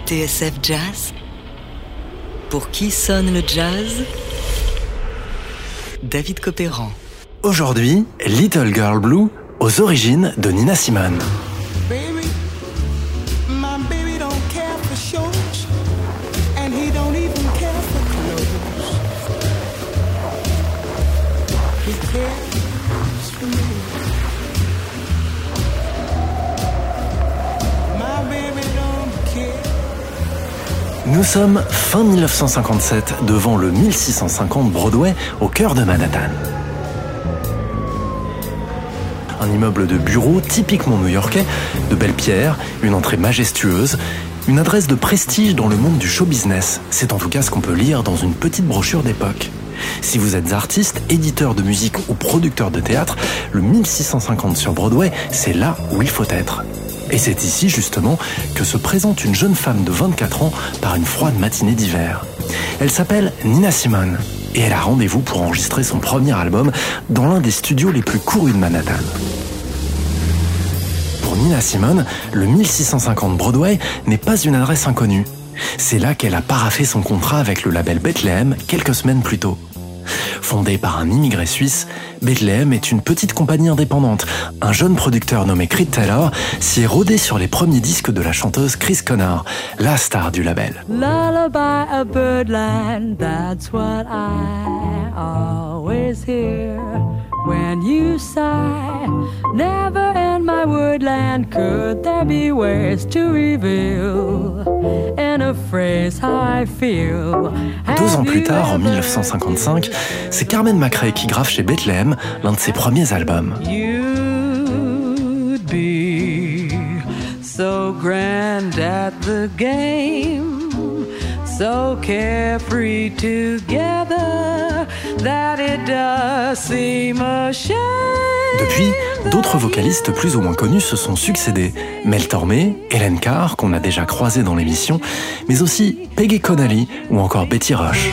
TSF Jazz. Pour qui sonne le jazz? David Copéran. Aujourd'hui, Little Girl Blue, aux origines de Nina Simone. Baby, my baby don't care for shows, and he don't even care for clothes. He cares for me. My baby don't care. Nous sommes fin 1957 devant le 1650 Broadway au cœur de Manhattan. Un immeuble de bureaux typiquement new-yorkais, de belles pierres, une entrée majestueuse, une adresse de prestige dans le monde du show business. C'est en tout cas ce qu'on peut lire dans une petite brochure d'époque. Si vous êtes artiste, éditeur de musique ou producteur de théâtre, le 1650 sur Broadway, c'est là où il faut être. Et c'est ici, justement, que se présente une jeune femme de 24 ans par une froide matinée d'hiver. Elle s'appelle Nina Simone et elle a rendez-vous pour enregistrer son premier album dans l'un des studios les plus courus de Manhattan. Pour Nina Simone, le 1650 Broadway n'est pas une adresse inconnue. C'est là qu'elle a paraphé son contrat avec le label Bethlehem quelques semaines plus tôt. Fondée par un immigré suisse, Bethlehem est une petite compagnie indépendante. Un jeune producteur nommé Creed Taylor s'y est rodé sur les premiers disques de la chanteuse Chris Connor, la star du label. Lullaby a birdland, that's what I always hear. When you sigh, never in my woodland could there be ways to reveal in a phrase how I feel. 2 ans plus tard, en 1955, c'est Carmen McRae qui grave chez Bethlehem l'un de ses premiers albums. You'd be so grand at the game, so carefree together that it does seem a shame. Depuis, d'autres vocalistes plus ou moins connus se sont succédés. Mel Tormé, Helen Carr, qu'on a déjà croisé dans l'émission, mais aussi Peggy Connolly ou encore Betty Rush.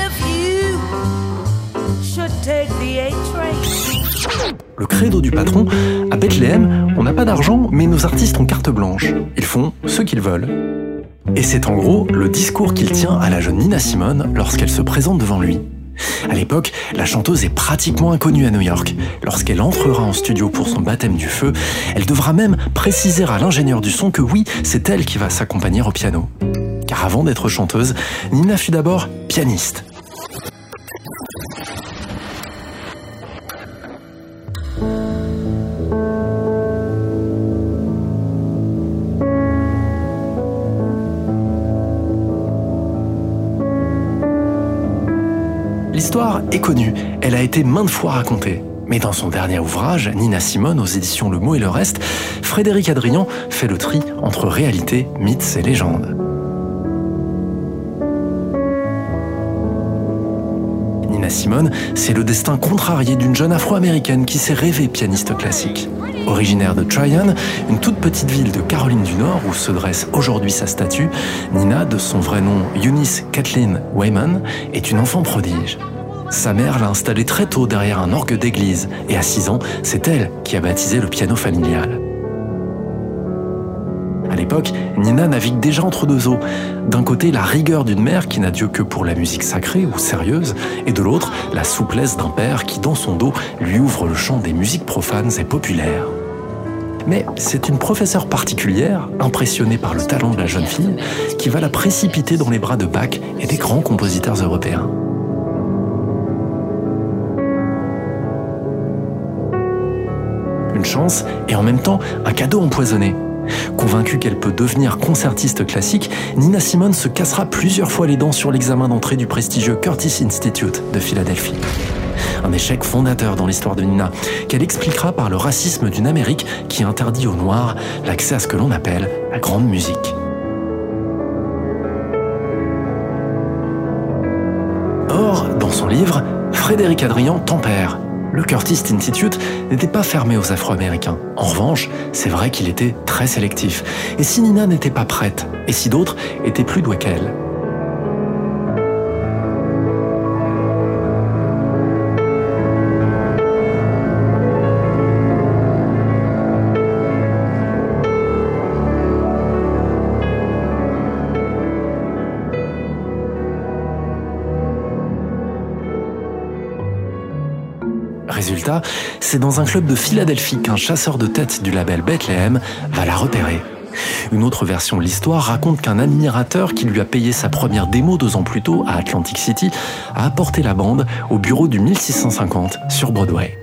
Le credo du patron, à Bethlehem, on n'a pas d'argent, mais nos artistes ont carte blanche. Ils font ce qu'ils veulent. Et c'est en gros le discours qu'il tient à la jeune Nina Simone lorsqu'elle se présente devant lui. À l'époque, la chanteuse est pratiquement inconnue à New York. Lorsqu'elle entrera en studio pour son baptême du feu, elle devra même préciser à l'ingénieur du son que oui, c'est elle qui va s'accompagner au piano. Car avant d'être chanteuse, Nina fut d'abord pianiste. L'histoire est connue, elle a été maintes fois racontée. Mais dans son dernier ouvrage, Nina Simone, aux éditions Le Mot et le Reste, Frédéric Adrian fait le tri entre réalité, mythes et légendes. Nina Simone, c'est le destin contrarié d'une jeune afro-américaine qui s'est rêvée pianiste classique. Originaire de Tryon, une toute petite ville de Caroline du Nord où se dresse aujourd'hui sa statue, Nina, de son vrai nom Eunice Kathleen Wayman, est une enfant prodige. Sa mère l'a installée très tôt derrière un orgue d'église et à 6 ans, c'est elle qui a baptisé le piano familial. À l'époque, Nina navigue déjà entre deux eaux. D'un côté, la rigueur d'une mère qui n'a Dieu que pour la musique sacrée ou sérieuse, et de l'autre, la souplesse d'un père qui, dans son dos, lui ouvre le champ des musiques profanes et populaires. Mais c'est une professeure particulière, impressionnée par le talent de la jeune fille, qui va la précipiter dans les bras de Bach et des grands compositeurs européens. Une chance et en même temps un cadeau empoisonné. Convaincue qu'elle peut devenir concertiste classique, Nina Simone se cassera plusieurs fois les dents sur l'examen d'entrée du prestigieux Curtis Institute de Philadelphie. Un échec fondateur dans l'histoire de Nina, qu'elle expliquera par le racisme d'une Amérique qui interdit aux Noirs l'accès à ce que l'on appelle la grande musique. Or, dans son livre, Frédéric Adrian tempère. Le Curtis Institute n'était pas fermé aux Afro-Américains. En revanche, c'est vrai qu'il était très sélectif. Et si Nina n'était pas prête, et si d'autres étaient plus doués qu'elle, Résultat, c'est dans un club de Philadelphie qu'un chasseur de tête du label Bethlehem va la repérer. Une autre version de l'histoire raconte qu'un admirateur qui lui a payé sa première démo 2 ans plus tôt à Atlantic City a apporté la bande au bureau du 1650 sur Broadway.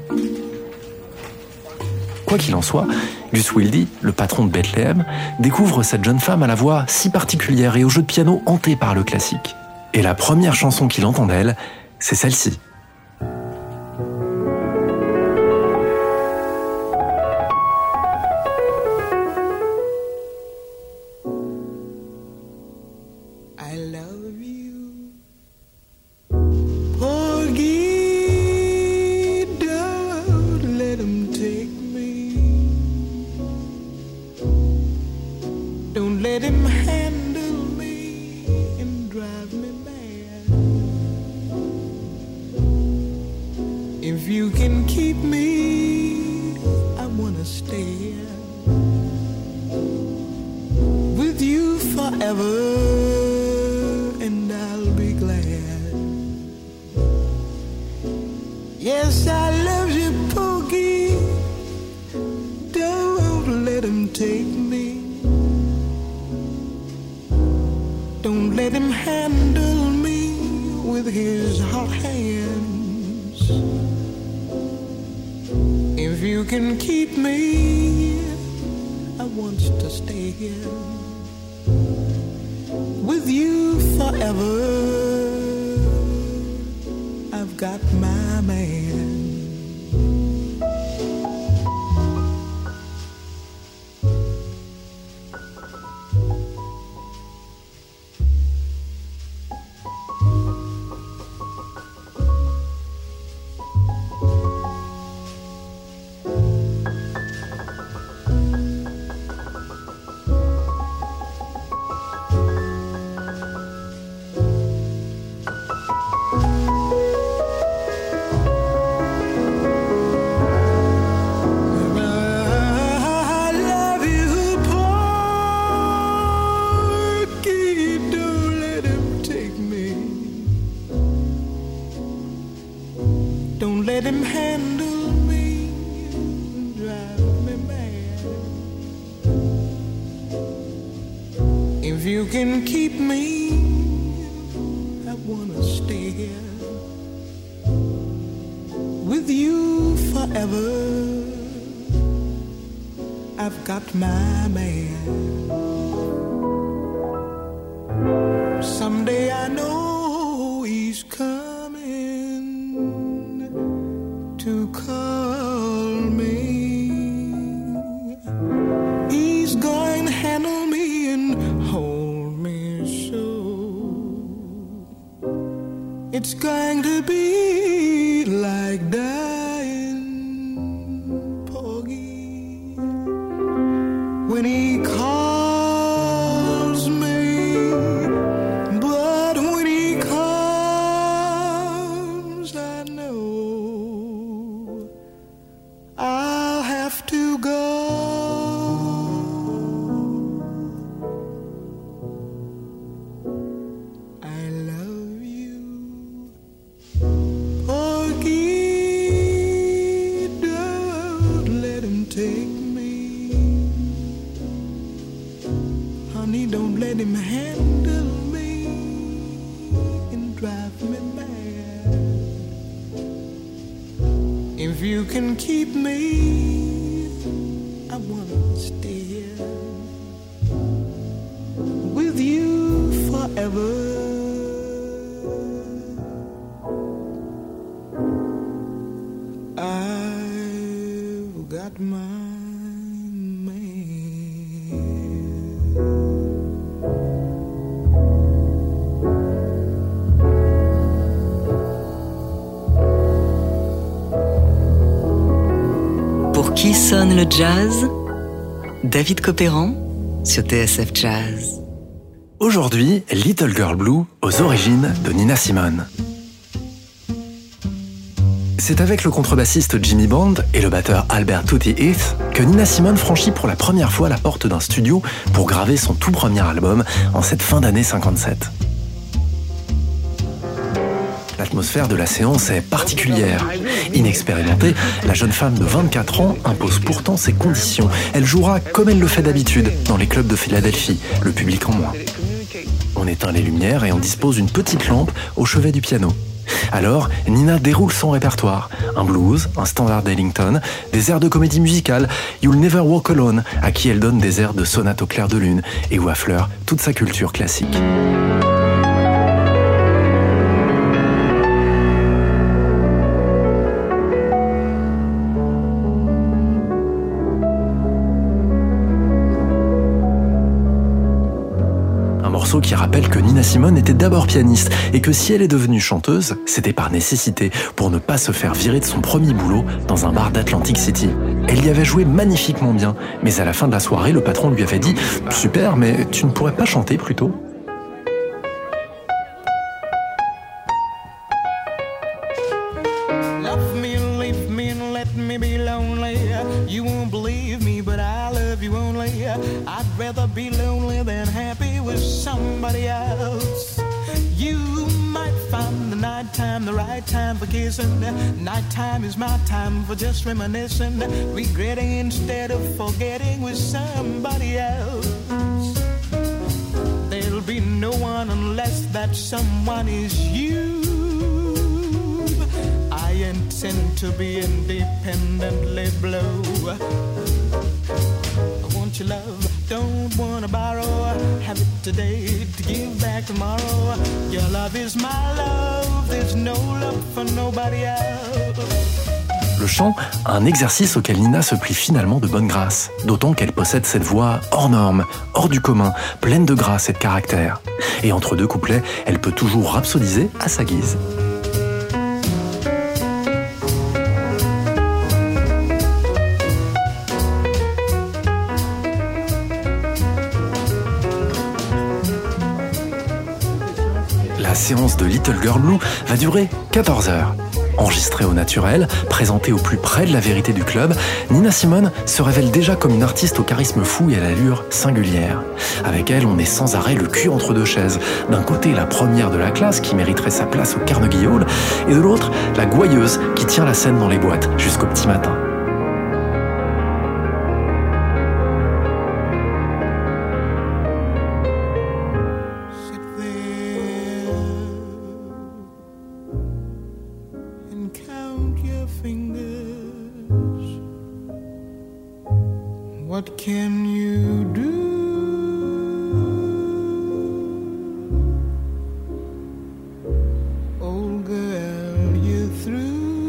Quoi qu'il en soit, Gus Wilde, le patron de Bethlehem, découvre cette jeune femme à la voix si particulière et au jeu de piano hanté par le classique. Et la première chanson qu'il entend d'elle, c'est celle-ci. It's going to be like dying, Porgy, when he calls me. But when he comes, I know I'll have to go. Let him handle me and drive me mad. If you can keep me, I wanna stay here with you forever. I've got my Qui sonne le jazz? David Copéran sur TSF Jazz. Aujourd'hui, Little Girl Blue aux origines de Nina Simone. C'est avec le contrebassiste Jimmy Bond et le batteur Albert Tutti Heath que Nina Simone franchit pour la première fois la porte d'un studio pour graver son tout premier album en cette fin d'année 57. L'atmosphère de la séance est particulière. Inexpérimentée, la jeune femme de 24 ans impose pourtant ses conditions. Elle jouera comme elle le fait d'habitude dans les clubs de Philadelphie, le public en moins. On éteint les lumières et on dispose une petite lampe au chevet du piano. Alors, Nina déroule son répertoire. Un blues, un standard d'Ellington, des airs de comédie musicale, You'll Never Walk Alone, à qui elle donne des airs de sonate au clair de lune, et où affleure toute sa culture classique. Qui rappelle que Nina Simone était d'abord pianiste et que si elle est devenue chanteuse, c'était par nécessité pour ne pas se faire virer de son premier boulot dans un bar d'Atlantic City. Elle y avait joué magnifiquement bien, mais à la fin de la soirée, le patron lui avait dit « Super, mais tu ne pourrais pas chanter plutôt ?» Somebody else. You might find the nighttime the right time for kissing. Nighttime is my time for just reminiscing, regretting instead of forgetting with somebody else. There'll be no one unless that someone is you. I intend to be independently blue. I want your love. Don't wanna borrow, have it today to give back tomorrow. Your love is my love, there's no love for nobody else. Le chant, un exercice auquel Nina se plie finalement de bonne grâce, d'autant qu'elle possède cette voix hors norme, hors du commun, pleine de grâce et de caractère. Et entre deux couplets, elle peut toujours rhapsodiser à sa guise. La séance de Little Girl Blue va durer 14 heures. Enregistrée au naturel, présentée au plus près de la vérité du club, Nina Simone se révèle déjà comme une artiste au charisme fou et à l'allure singulière. Avec elle, on est sans arrêt le cul entre deux chaises. D'un côté, la première de la classe qui mériterait sa place au Carnegie Hall, et de l'autre, la gouailleuse qui tient la scène dans les boîtes jusqu'au petit matin. What can you do? Old girl, you're through.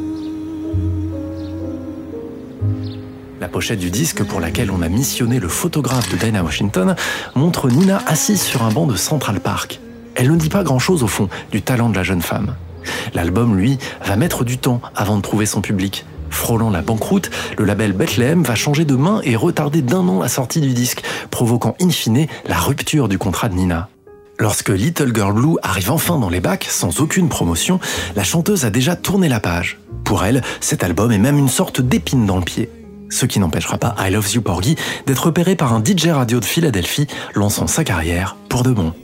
La pochette du disque pour laquelle on a missionné le photographe de Dinah Washington montre Nina assise sur un banc de Central Park. Elle ne dit pas grand-chose au fond du talent de la jeune femme. L'album, lui, va mettre du temps avant de trouver son public. Frôlant la banqueroute, le label Bethlehem va changer de main et retarder d'1 an la sortie du disque, provoquant in fine la rupture du contrat de Nina. Lorsque Little Girl Blue arrive enfin dans les bacs, sans aucune promotion, la chanteuse a déjà tourné la page. Pour elle, cet album est même une sorte d'épine dans le pied. Ce qui n'empêchera pas I Love You Porgy d'être repéré par un DJ radio de Philadelphie, lançant sa carrière pour de bon.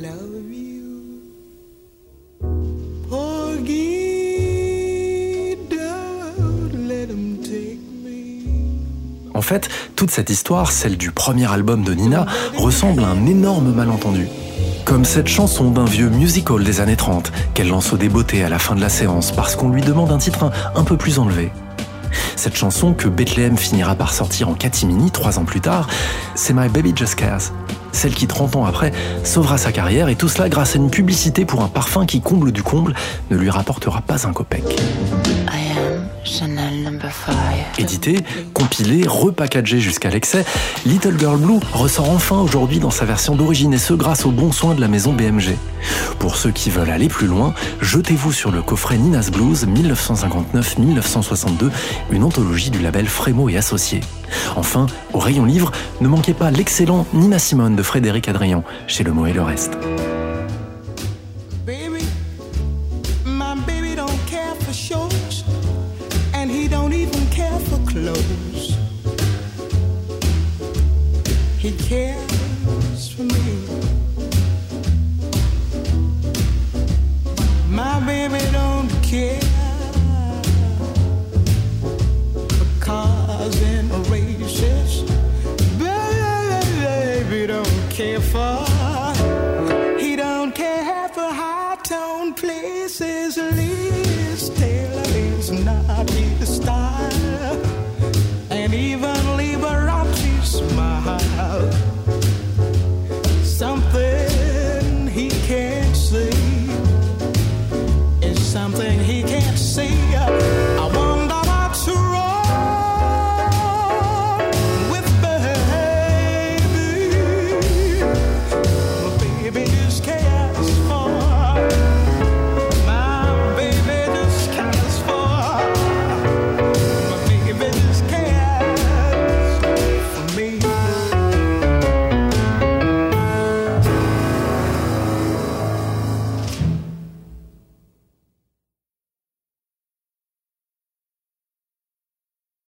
En fait, toute cette histoire, celle du premier album de Nina, ressemble à un énorme malentendu. Comme cette chanson d'un vieux musical des années 30 qu'elle lance au débeauté à la fin de la séance parce qu'on lui demande un titre un peu plus enlevé. Cette chanson que Bethlehem finira par sortir en catimini 3 ans plus tard, c'est My Baby Just Cares. Celle qui, 30 ans après, sauvera sa carrière et tout cela grâce à une publicité pour un parfum qui, comble du comble, ne lui rapportera pas un copec. Édité, compilé, repackagé jusqu'à l'excès, Little Girl Blue ressort enfin aujourd'hui dans sa version d'origine et ce grâce aux bons soins de la maison BMG. Pour ceux qui veulent aller plus loin, jetez-vous sur le coffret Nina's Blues 1959-1962, une anthologie du label Frémo et Associés. Enfin, au rayon livre, ne manquez pas l'excellent Nina Simone de Frédéric Adrian, chez Le Mot et le Reste. Baby, my baby don't care for shows, and he don't even care for clothes.